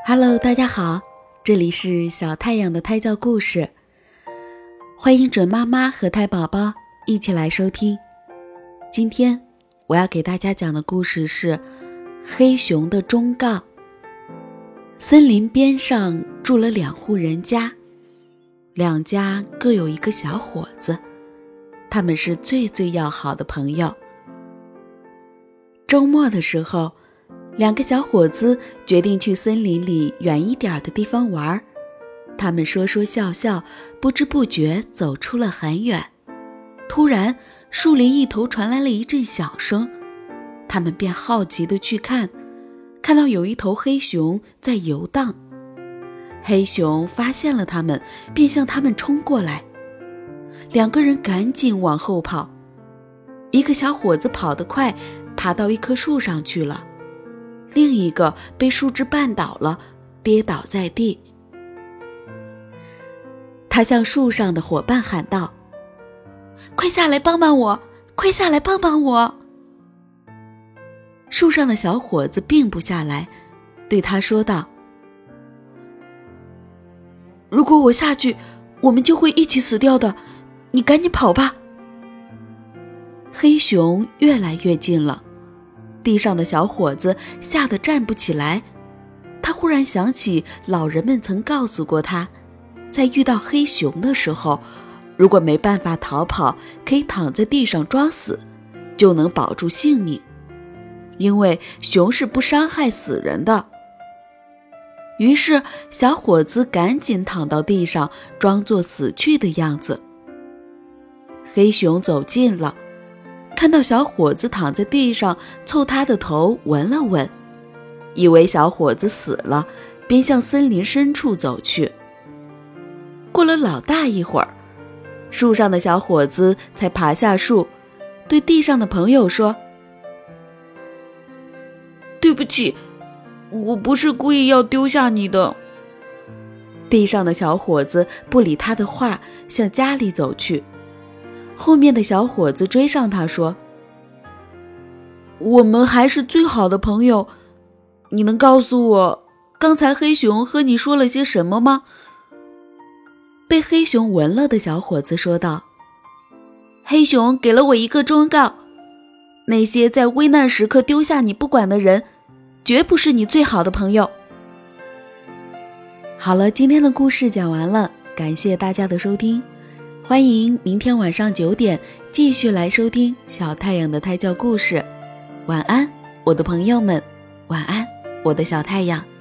Hello， 大家好，这里是小太阳的胎教故事，欢迎准妈妈和胎宝宝一起来收听。今天我要给大家讲的故事是黑熊的忠告。森林边上住了2户人家，2家各有一个小伙子，他们是最要好的朋友。周末的时候，2个小伙子决定去森林里远一点的地方玩。他们说说笑笑，不知不觉走出了很远。突然，树林一头传来了一阵响声，他们便好奇地去看，看到有一头黑熊在游荡。黑熊发现了他们，便向他们冲过来。2个人赶紧往后跑，一个小伙子跑得快，爬到一棵树上去了。另一个被树枝绊倒了，跌倒在地。他向树上的伙伴喊道：“快下来帮帮我，快下来帮帮我！”树上的小伙子并不下来，对他说道：“如果我下去，我们就会一起死掉的，你赶紧跑吧。”黑熊越来越近了，地上的小伙子吓得站不起来。他忽然想起老人们曾告诉过他，在遇到黑熊的时候，如果没办法逃跑，可以躺在地上装死，就能保住性命，因为熊是不伤害死人的。于是小伙子赶紧躺到地上，装作死去的样子。黑熊走近了，看到小伙子躺在地上，凑他的头闻了闻，以为小伙子死了，便向森林深处走去。过了老大一会儿，树上的小伙子才爬下树，对地上的朋友说：“对不起，我不是故意要丢下你的。”地上的小伙子不理他的话，向家里走去。后面的小伙子追上他说：“我们还是最好的朋友，你能告诉我，刚才黑熊和你说了些什么吗？”被黑熊闻了的小伙子说道：“黑熊给了我一个忠告，那些在危难时刻丢下你不管的人，绝不是你最好的朋友。”好了，今天的故事讲完了，感谢大家的收听。欢迎明天晚上9点继续来收听小太阳的胎教故事。晚安，我的朋友们，晚安，我的小太阳。